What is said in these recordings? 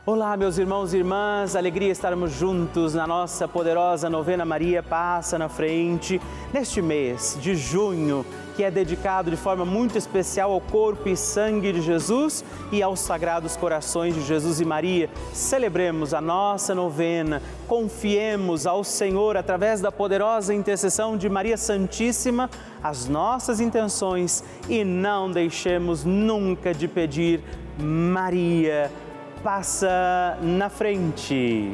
Olá, meus irmãos e irmãs, alegria estarmos juntos na nossa poderosa novena Maria Passa na Frente, neste mês de junho, que é dedicado de forma muito especial ao corpo e sangue de Jesus e aos sagrados corações de Jesus e Maria. Celebremos a nossa novena, confiemos ao Senhor, através da poderosa intercessão de Maria Santíssima, as nossas intenções e não deixemos nunca de pedir: Maria, passa na frente.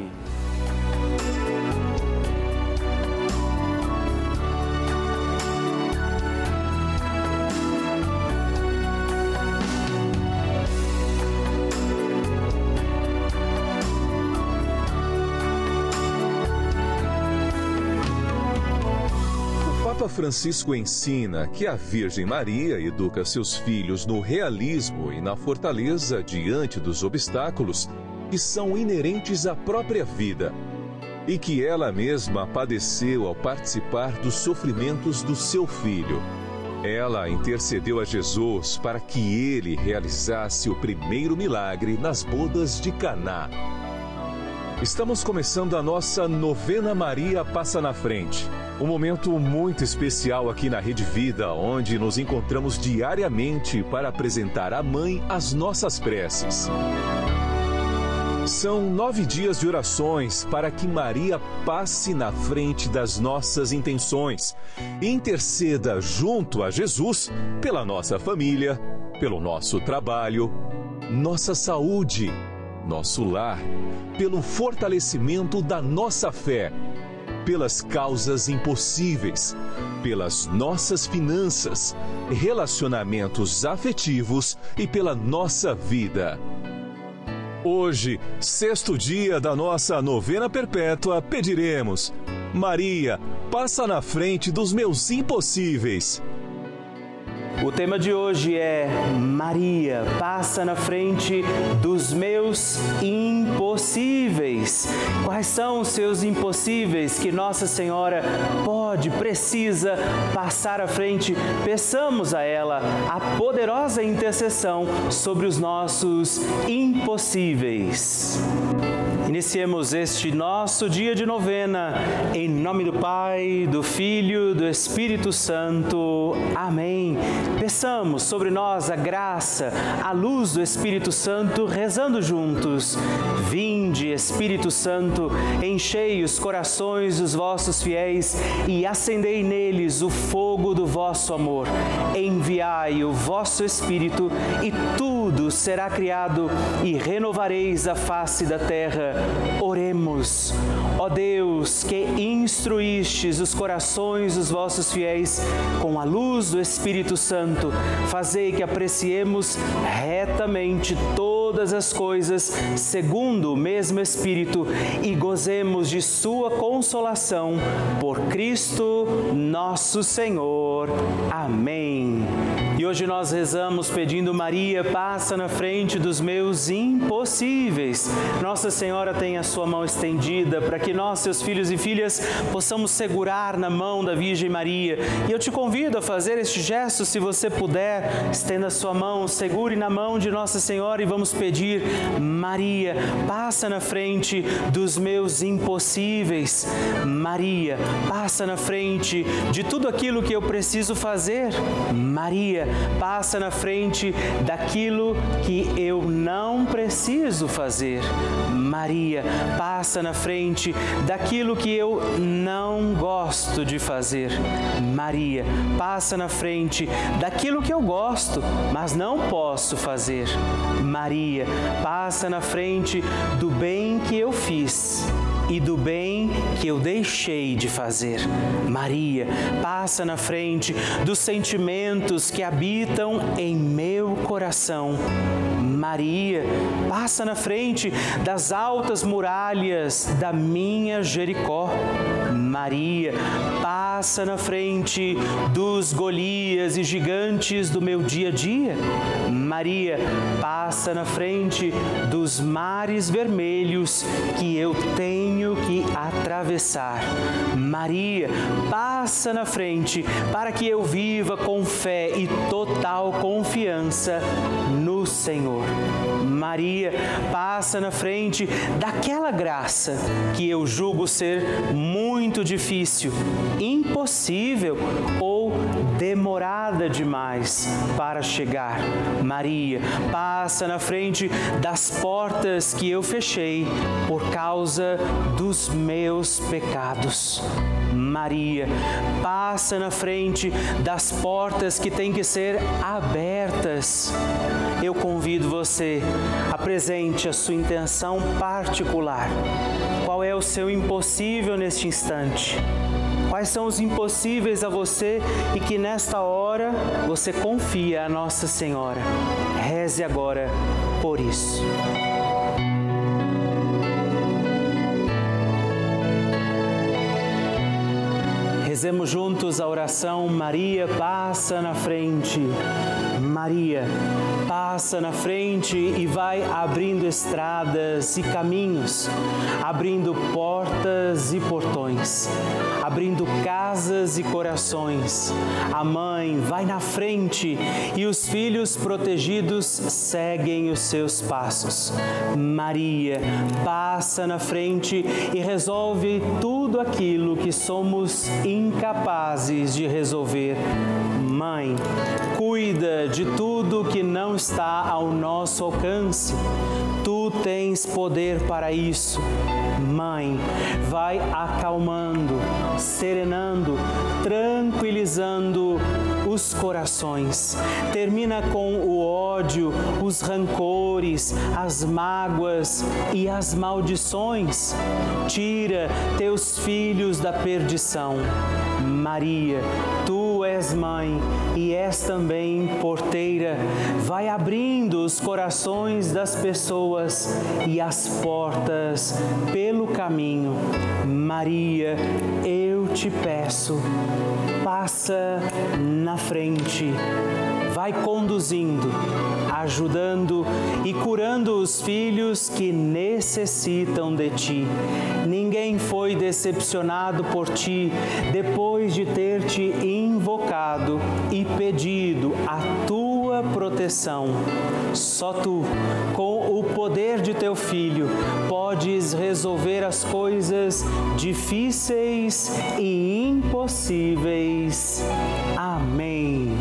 O Papa Francisco ensina que a Virgem Maria educa seus filhos no realismo e na fortaleza diante dos obstáculos que são inerentes à própria vida e que ela mesma padeceu ao participar dos sofrimentos do seu filho. Ela intercedeu a Jesus para que ele realizasse o primeiro milagre nas bodas de Caná. Estamos começando a nossa novena Maria Passa na Frente. Um momento muito especial aqui na Rede Vida, onde nos encontramos diariamente para apresentar à Mãe as nossas preces. São 9 dias de orações para que Maria passe na frente das nossas intenções e interceda junto a Jesus pela nossa família, pelo nosso trabalho, nossa saúde, nosso lar, pelo fortalecimento da nossa fé, pelas causas impossíveis, pelas nossas finanças, relacionamentos afetivos e pela nossa vida. Hoje, 6º dia da nossa novena perpétua, pediremos: Maria, passa na frente dos meus impossíveis. O tema de hoje é: Maria, passa na frente dos meus impossíveis. Quais são os seus impossíveis que Nossa Senhora precisa passar à frente? Peçamos a ela a poderosa intercessão sobre os nossos impossíveis. Iniciemos este nosso dia de novena, em nome do Pai, do Filho e do Espírito Santo. Amém. Peçamos sobre nós a graça, a luz do Espírito Santo, rezando juntos. Vinde, Espírito Santo, enchei os corações dos vossos fiéis e acendei neles o fogo do vosso amor. Enviai o vosso Espírito e tudo será criado e renovareis a face da terra. Oremos. Ó Deus, que instruístes os corações dos vossos fiéis com a luz do Espírito Santo, fazei que apreciemos retamente todas as coisas segundo o mesmo Espírito e gozemos de sua consolação por Cristo nosso Senhor. Amém. E hoje nós rezamos pedindo: Maria, passa na frente dos meus impossíveis. Nossa Senhora tem a sua mão estendida para que nós, seus filhos e filhas, possamos segurar na mão da Virgem Maria. E eu te convido a fazer este gesto, se você puder. Estenda a sua mão, segure na mão de Nossa Senhora e vamos pedir: Maria, passa na frente dos meus impossíveis. Maria, passa na frente de tudo aquilo que eu preciso fazer. Maria, passa na frente daquilo que eu não preciso fazer. Maria, passa na frente daquilo que eu não gosto de fazer. Maria, passa na frente daquilo que eu gosto, mas não posso fazer. Maria, passa na frente do bem que eu fiz e do bem que eu deixei de fazer. Maria, passa na frente dos sentimentos que habitam em meu coração. Maria, passa na frente das altas muralhas da minha Jericó. Maria, passa na frente dos Golias e gigantes do meu dia a dia. Maria, passa na frente dos mares vermelhos que eu tenho tenho que atravessar. Maria, passa na frente para que eu viva com fé e total confiança no Senhor. Maria, passa na frente daquela graça que eu julgo ser muito difícil, impossível ou demorada demais para chegar. Maria, passa na frente das portas que eu fechei por causa dos meus pecados. Maria, passa na frente das portas que têm que ser abertas. Eu convido você, apresente a sua intenção particular. Qual é o seu impossível neste instante? Quais são os impossíveis a você e que nesta hora você confia a Nossa Senhora? Reze agora por isso. Rezemos juntos a oração Maria passa na frente. Maria passa na frente e vai abrindo estradas e caminhos, abrindo portas e portões, abrindo casas e corações. A mãe vai na frente e os filhos protegidos seguem os seus passos. Maria passa na frente e resolve tudo aquilo que somos incapazes de resolver. Mãe, cuida de tudo que não está ao nosso alcance. Tu tens poder para isso. Mãe, vai acalmando, serenando, tranquilizando os corações. Termina com o ódio, os rancores, as mágoas e as maldições. Tira teus filhos da perdição. Maria, tu és mãe e és também porteira. Vai abrindo os corações das pessoas e as portas pelo caminho. Maria, eu te peço, passa na frente. Vai conduzindo, ajudando e curando os filhos que necessitam de ti. Ninguém foi decepcionado por ti depois de ter te invocado e pedido a tua proteção. Só tu, com o poder de teu Filho, podes resolver as coisas difíceis e impossíveis. Amém.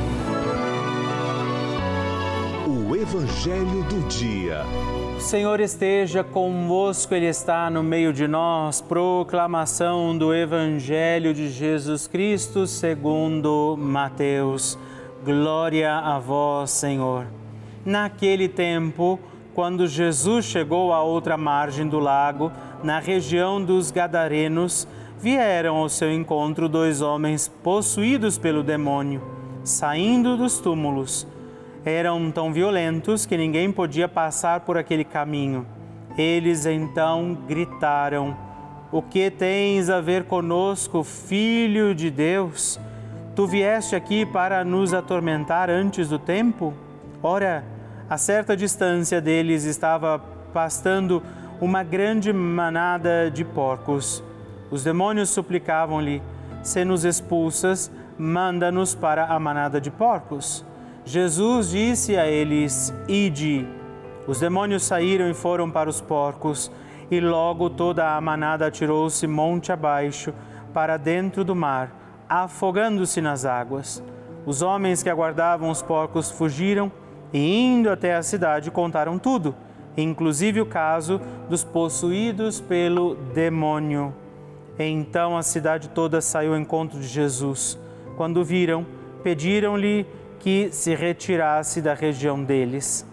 O Evangelho do Dia. O Senhor esteja convosco, Ele está no meio de nós. Proclamação do Evangelho de Jesus Cristo segundo Mateus. Glória a vós, Senhor. Naquele tempo, quando Jesus chegou à outra margem do lago, na região dos Gadarenos, vieram ao seu encontro 2 homens possuídos pelo demônio, saindo dos túmulos. Eram tão violentos que ninguém podia passar por aquele caminho. Eles então gritaram: "O que tens a ver conosco, Filho de Deus? Tu vieste aqui para nos atormentar antes do tempo?" Ora, a certa distância deles estava pastando uma grande manada de porcos. Os demônios suplicavam-lhe: "Se nos expulsas, manda-nos para a manada de porcos." Jesus disse a eles: "Ide." Os demônios saíram e foram para os porcos, e logo toda a manada atirou-se monte abaixo para dentro do mar, afogando-se nas águas. Os homens que aguardavam os porcos fugiram e, indo até a cidade, contaram tudo, inclusive o caso dos possuídos pelo demônio. Então a cidade toda saiu ao encontro de Jesus. Quando viram, pediram-lhe que se retirasse da região deles.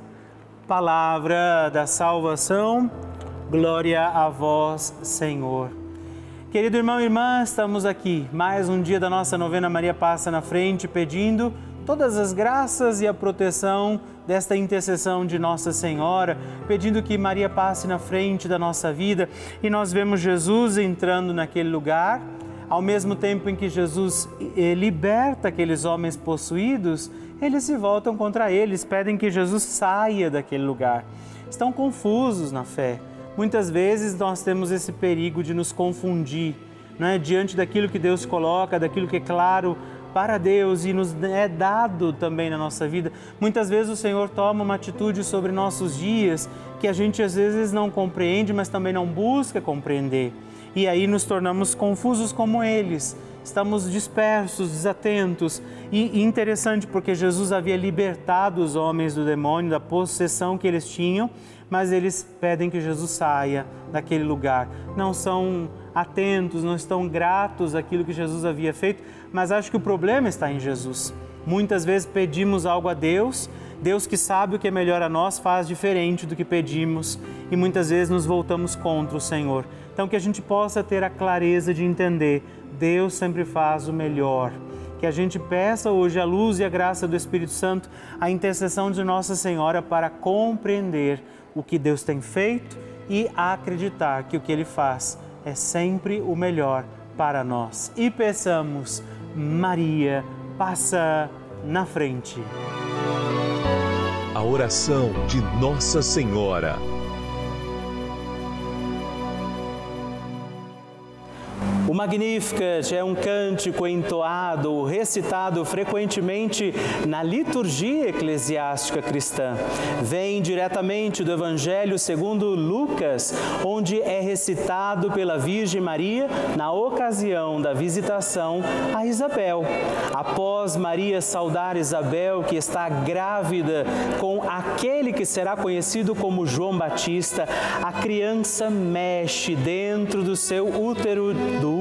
Palavra da salvação, glória a vós, Senhor. Querido irmão e irmã, estamos aqui, mais um dia da nossa novena Maria Passa na Frente, pedindo todas as graças e a proteção desta intercessão de Nossa Senhora, pedindo que Maria passe na frente da nossa vida. E nós vemos Jesus entrando naquele lugar. Ao mesmo tempo em que Jesus liberta aqueles homens possuídos, eles se voltam contra eles, pedem que Jesus saia daquele lugar. Estão confusos na fé, Muitas vezes nós temos esse perigo de nos confundir, né? Diante daquilo que Deus coloca, daquilo que é claro para Deus e nos é dado também na nossa vida. Muitas vezes o Senhor toma uma atitude sobre nossos dias que a gente às vezes não compreende, mas também não busca compreender. E aí nos tornamos confusos como eles. Estamos dispersos, desatentos. E interessante porque Jesus havia libertado os homens do demônio, da possessão que eles tinham, mas eles pedem que Jesus saia daquele lugar. Não são atentos, não estão gratos àquilo que Jesus havia feito, mas acho que o problema está em Jesus. Muitas vezes pedimos algo a Deus, Deus que sabe o que é melhor a nós faz diferente do que pedimos e muitas vezes nos voltamos contra o Senhor. Então que a gente possa ter a clareza de entender, Deus sempre faz o melhor. Que a gente peça hoje a luz e a graça do Espírito Santo, a intercessão de Nossa Senhora para compreender o que Deus tem feito e acreditar que o que Ele faz é sempre o melhor para nós. E peçamos, Maria, passa na frente. A oração de Nossa Senhora. O Magnificat é um cântico entoado, recitado frequentemente na liturgia eclesiástica cristã. Vem diretamente do Evangelho segundo Lucas, onde é recitado pela Virgem Maria na ocasião da visitação a Isabel. Após Maria saudar Isabel, que está grávida com aquele que será conhecido como João Batista, a criança mexe dentro do seu útero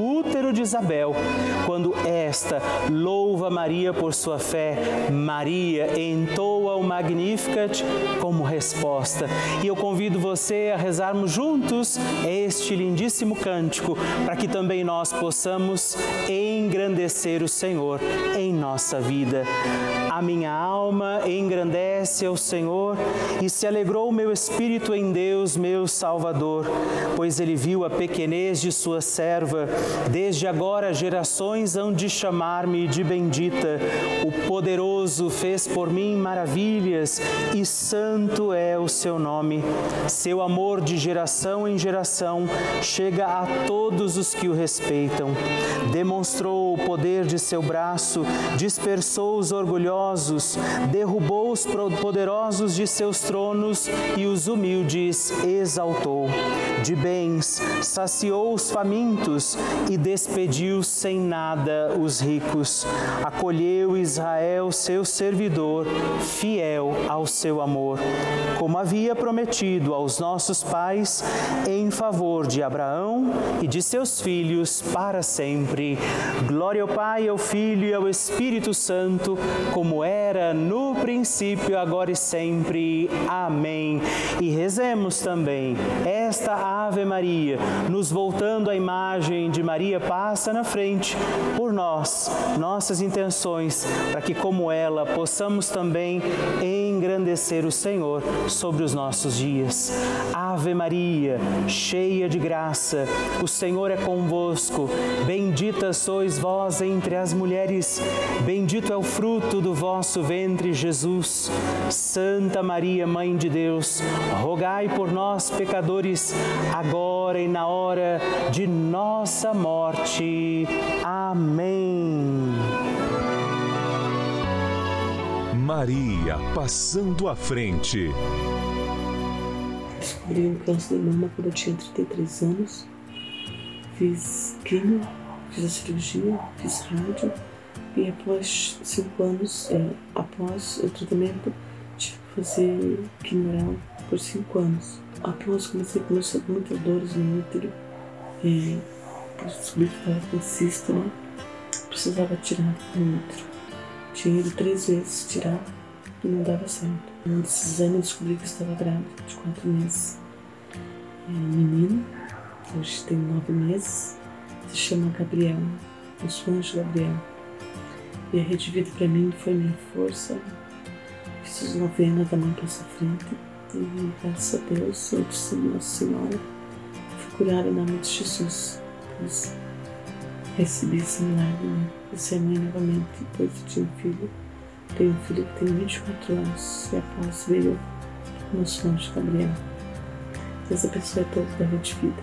de Isabel. Quando esta louva Maria por sua fé, Maria entoa o Magnificat como resposta. E eu convido você a rezarmos juntos este lindíssimo cântico, para que também nós possamos engrandecer o Senhor em nossa vida. A minha alma engrandece ao Senhor e se alegrou o meu espírito em Deus, meu Salvador, pois Ele viu a pequenez de sua serva. Desde agora gerações hão de chamar-me de bendita. O poderoso fez por mim maravilhas e santo é o seu nome. Seu amor de geração em geração chega a todos os que o respeitam. Demonstrou o poder de seu braço, dispersou os orgulhosos, derrubou os poderosos de seus tronos e os humildes exaltou. De bens saciou os famintos e despediu sem nada os ricos. Acolheu Israel, seu servidor, fiel ao seu amor, como havia prometido aos nossos pais, em favor de Abraão e de seus filhos para sempre. Glória ao Pai, ao Filho e ao Espírito Santo, como era no princípio, agora e sempre. Amém. E rezemos também esta Ave Maria, nos voltando à imagem de Maria passa na frente por nós, nossas intenções, para que como ela possamos também engrandecer o Senhor sobre os nossos dias. Ave Maria, cheia de graça, o Senhor é convosco, bendita sois vós entre as mulheres, bendito é o fruto do vosso ventre, Jesus. Santa Maria, Mãe de Deus, rogai por nós, pecadores, agora e na hora de nossa morte. Amém. Maria passando à frente. Descobri um câncer de mama quando eu tinha 33 anos. Fiz quimio, fiz a cirurgia, fiz rádio e após 5 anos, após o tratamento, tive que fazer quimio oral por 5 anos. Após comecei a começar com muitas dores no útero, descobri que estava com cisto, né? Precisava tirar o útero. Tinha ido 3 vezes tirar e não dava certo. Um desses exames descobri que estava grávida de 4 meses. Menino, hoje tem 9 meses, se chama Gabriel, o sonho de Gabriel. E a Rede Vida para mim foi minha força. Fiz as novenas da Mãe Passa à Frente. E graças a Deus, eu disse a Nossa Senhora, fui curada em nome de Jesus. Pois recebi esse milagre, né? E ser mãe novamente, depois eu tinha um filho. Tenho um filho que tem 24 anos e após veio o meu sonho de Gabriel. Deus abençoe a todos da Rede Vida.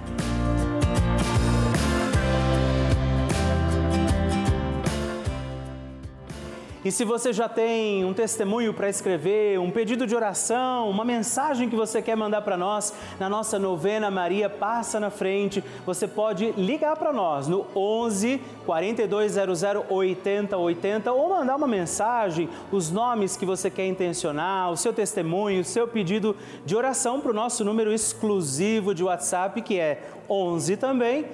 E se você já tem um testemunho para escrever, um pedido de oração, uma mensagem que você quer mandar para nós, na nossa novena Maria Passa na Frente, você pode ligar para nós no 11 4200 8080 ou mandar uma mensagem, os nomes que você quer intencionar, o seu testemunho, o seu pedido de oração para o nosso número exclusivo de WhatsApp, que é 11 também,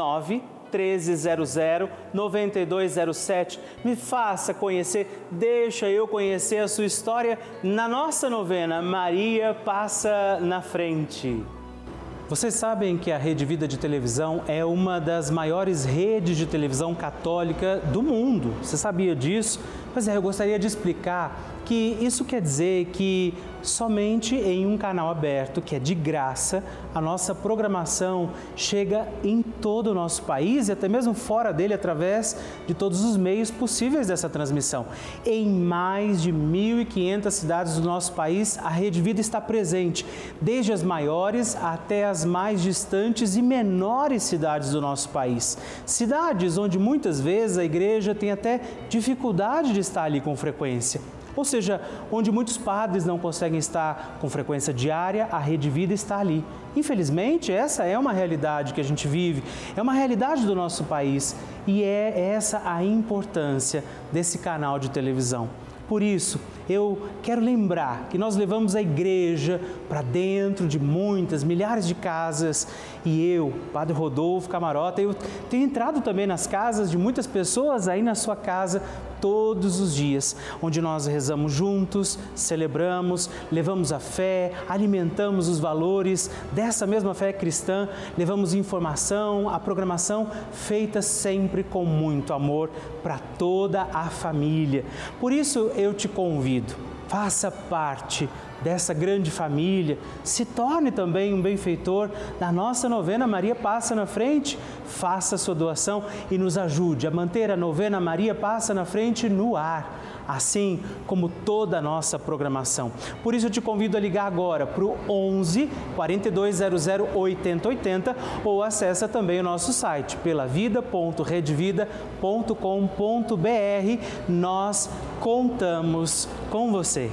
91300-9207. Me faça conhecer, deixa eu conhecer a sua história na nossa novena Maria Passa na Frente. Vocês sabem que a Rede Vida de Televisão é uma das maiores redes de televisão católica do mundo. Você sabia disso? Pois é, eu gostaria de explicar que isso quer dizer que somente em um canal aberto, que é de graça, a nossa programação chega em todo o nosso país e até mesmo fora dele, através de todos os meios possíveis dessa transmissão. Em mais de 1.500 cidades do nosso país, a Rede Vida está presente, desde as maiores até as mais distantes e menores cidades do nosso país. Cidades onde muitas vezes a igreja tem até dificuldade de estar ali com frequência. Ou seja, onde muitos padres não conseguem estar com frequência diária, a Rede Vida está ali. Infelizmente, essa é uma realidade que a gente vive, é uma realidade do nosso país e é essa a importância desse canal de televisão. Por isso, eu quero lembrar que nós levamos a igreja para dentro de muitas, milhares de casas e eu, Padre Rodolfo Camarota, eu tenho entrado também nas casas de muitas pessoas aí na sua casa todos os dias, onde nós rezamos juntos, celebramos, levamos a fé, alimentamos os valores dessa mesma fé cristã, levamos informação, a programação feita sempre com muito amor para toda a família. Por isso eu te convido, faça parte dessa grande família, se torne também um benfeitor da nossa novena Maria Passa na Frente, faça a sua doação e nos ajude a manter a novena Maria Passa na Frente no ar, assim como toda a nossa programação. Por isso eu te convido a ligar agora para o 11 4200 8080 ou acessa também o nosso site pelavida.redvida.com.br. Nós contamos com você.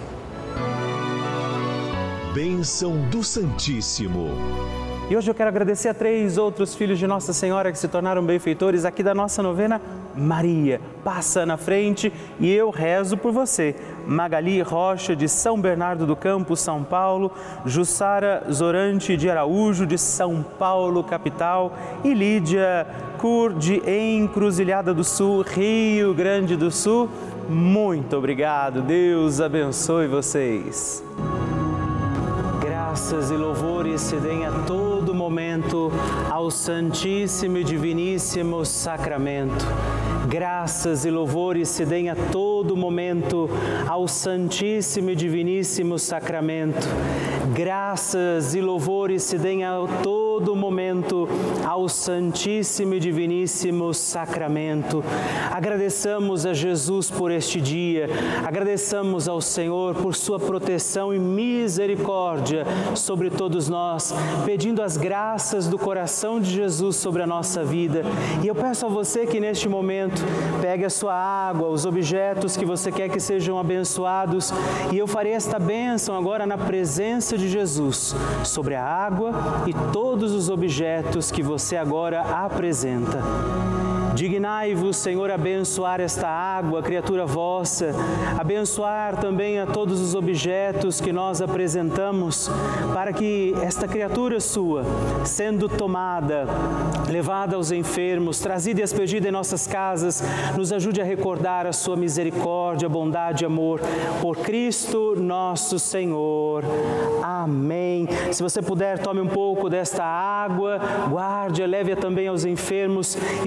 Bênção do Santíssimo. E hoje eu quero agradecer a 3 outros filhos de Nossa Senhora que se tornaram benfeitores aqui da nossa novena Maria Passa na Frente, e eu rezo por você. Magali Rocha, de São Bernardo do Campo, São Paulo, Jussara Zorante de Araújo, de São Paulo, capital, e Lídia Cur, de Encruzilhada do Sul, Rio Grande do Sul. Muito obrigado, Deus abençoe vocês. Graças e louvores se deem a todo momento ao Santíssimo e Diviníssimo Sacramento. Graças e louvores se deem a todo momento ao Santíssimo e Diviníssimo Sacramento. Graças e louvores se deem a todo momento ao Santíssimo e Diviníssimo Sacramento. Agradeçamos a Jesus por este dia, agradeçamos ao Senhor por sua proteção e misericórdia sobre todos nós, pedindo as graças do coração de Jesus sobre a nossa vida. E eu peço a você que neste momento pegue a sua água, os objetos que você quer que sejam abençoados, e eu farei esta bênção agora na presença de Jesus sobre a água e todos os objetos que você agora apresenta. Dignai-vos, Senhor, abençoar esta água, criatura vossa, abençoar também a todos os objetos que nós apresentamos, para que esta criatura sua, sendo tomada, levada aos enfermos, trazida e aspergida em nossas casas, nos ajude a recordar a sua misericórdia, bondade e amor, por Cristo nosso Senhor. Amém. Se você puder, tome um pouco desta água, guarde, leve-a também aos enfermos e vamos pedir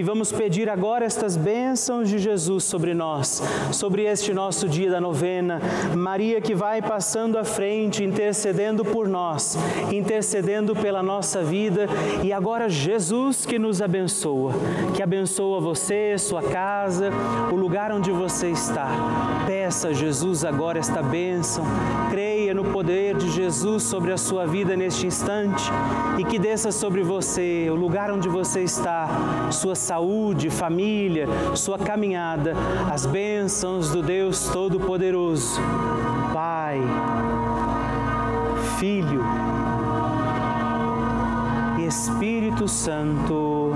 pedir agora estas bênçãos de Jesus sobre nós, sobre este nosso dia da novena. Maria que vai passando à frente, intercedendo por nós, intercedendo pela nossa vida, e agora Jesus que nos abençoa, que abençoa você, sua casa, o lugar onde você está. Peça a Jesus agora esta bênção, creia no poder de Jesus sobre a sua vida neste instante e que desça sobre você, o lugar onde você está, sua saúde, família, sua caminhada, as bênçãos do Deus Todo-Poderoso, Pai, Filho e Espírito Santo.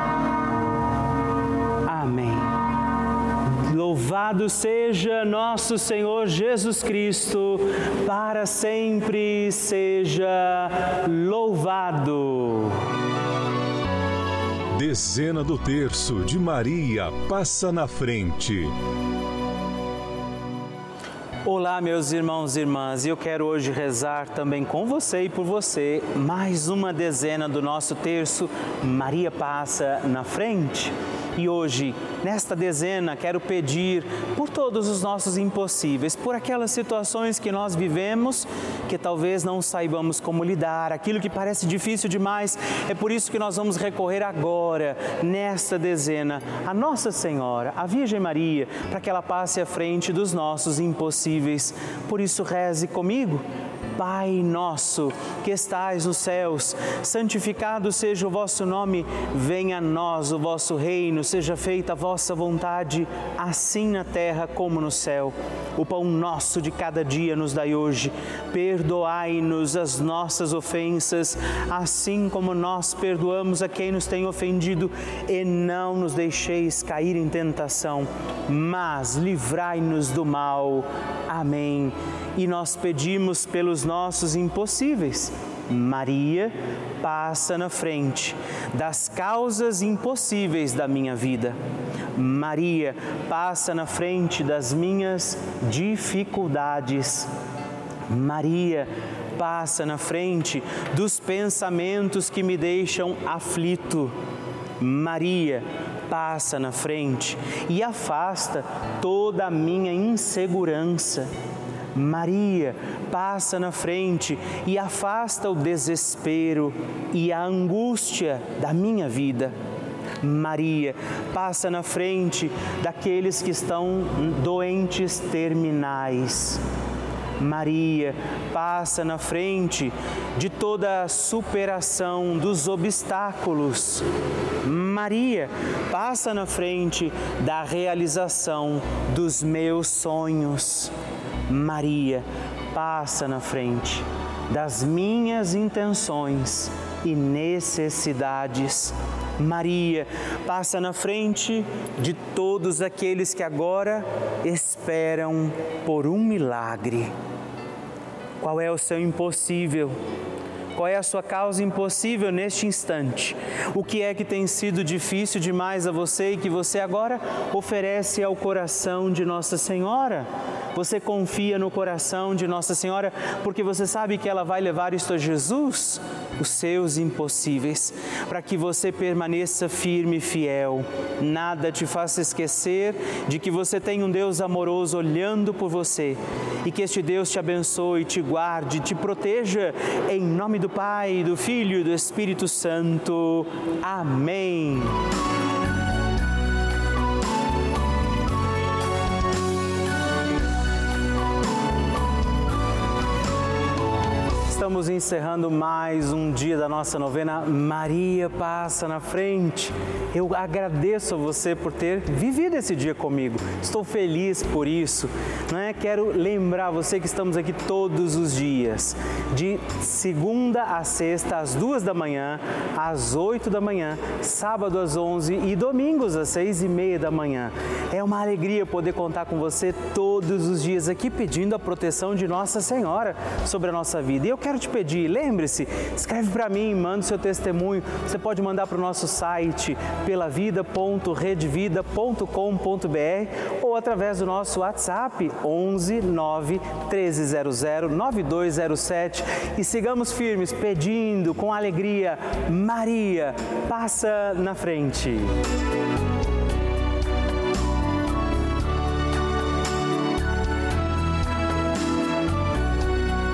Amém. Louvado seja nosso Senhor Jesus Cristo, para sempre seja louvado. Dezena do Terço de Maria passa na frente. Olá, meus irmãos e irmãs, e eu quero hoje rezar também com você e por você mais uma dezena do nosso terço Maria passa na frente. E hoje, nesta dezena, quero pedir por todos os nossos impossíveis, por aquelas situações que nós vivemos, que talvez não saibamos como lidar, aquilo que parece difícil demais. É por isso que nós vamos recorrer agora, nesta dezena, a Nossa Senhora, a Virgem Maria, para que ela passe à frente dos nossos impossíveis. Por isso, reze comigo. Pai nosso, que estais nos céus, santificado seja o vosso nome, venha a nós o vosso reino, seja feita a vossa vontade, assim na terra como no céu. O pão nosso de cada dia nos dai hoje, perdoai-nos as nossas ofensas, assim como nós perdoamos a quem nos tem ofendido, e não nos deixeis cair em tentação, mas livrai-nos do mal. Amém. E nós pedimos pelos nossos impossíveis. Maria passa na frente das causas impossíveis da minha vida. Maria passa na frente das minhas dificuldades. Maria passa na frente dos pensamentos que me deixam aflito. Maria passa na frente e afasta toda a minha insegurança. Maria passa na frente e afasta o desespero e a angústia da minha vida. Maria passa na frente daqueles que estão doentes terminais. Maria passa na frente de toda a superação dos obstáculos. Maria passa na frente da realização dos meus sonhos. Maria passa na frente das minhas intenções e necessidades. Maria passa na frente de todos aqueles que agora esperam por um milagre. Qual é o seu impossível? Qual é a sua causa impossível neste instante? O que é que tem sido difícil demais a você e que você agora oferece ao coração de Nossa Senhora? Você confia no coração de Nossa Senhora porque você sabe que ela vai levar isto a Jesus, os seus impossíveis, para que você permaneça firme e fiel. Nada te faça esquecer de que você tem um Deus amoroso olhando por você e que este Deus te abençoe, te guarde, te proteja, em nome do Pai, do Filho e do Espírito Santo. Amém. Estamos encerrando mais um dia da nossa novena Maria Passa na Frente. Eu agradeço a você por ter vivido esse dia comigo. Estou feliz por isso. Quero lembrar você que estamos aqui todos os dias, de segunda a sexta, às 2 da manhã, às 8 da manhã, sábado às 11 e domingos às 6:30 da manhã. É uma alegria poder contar com você todos os dias aqui, pedindo a proteção de Nossa Senhora sobre a nossa vida. E eu quero te pedir, lembre-se, escreve para mim, manda o seu testemunho. Você pode mandar para o nosso site pelavida.redvida.com.br ou através do nosso WhatsApp 11 9 1300 9207 e sigamos firmes pedindo com alegria: Maria, passa na frente.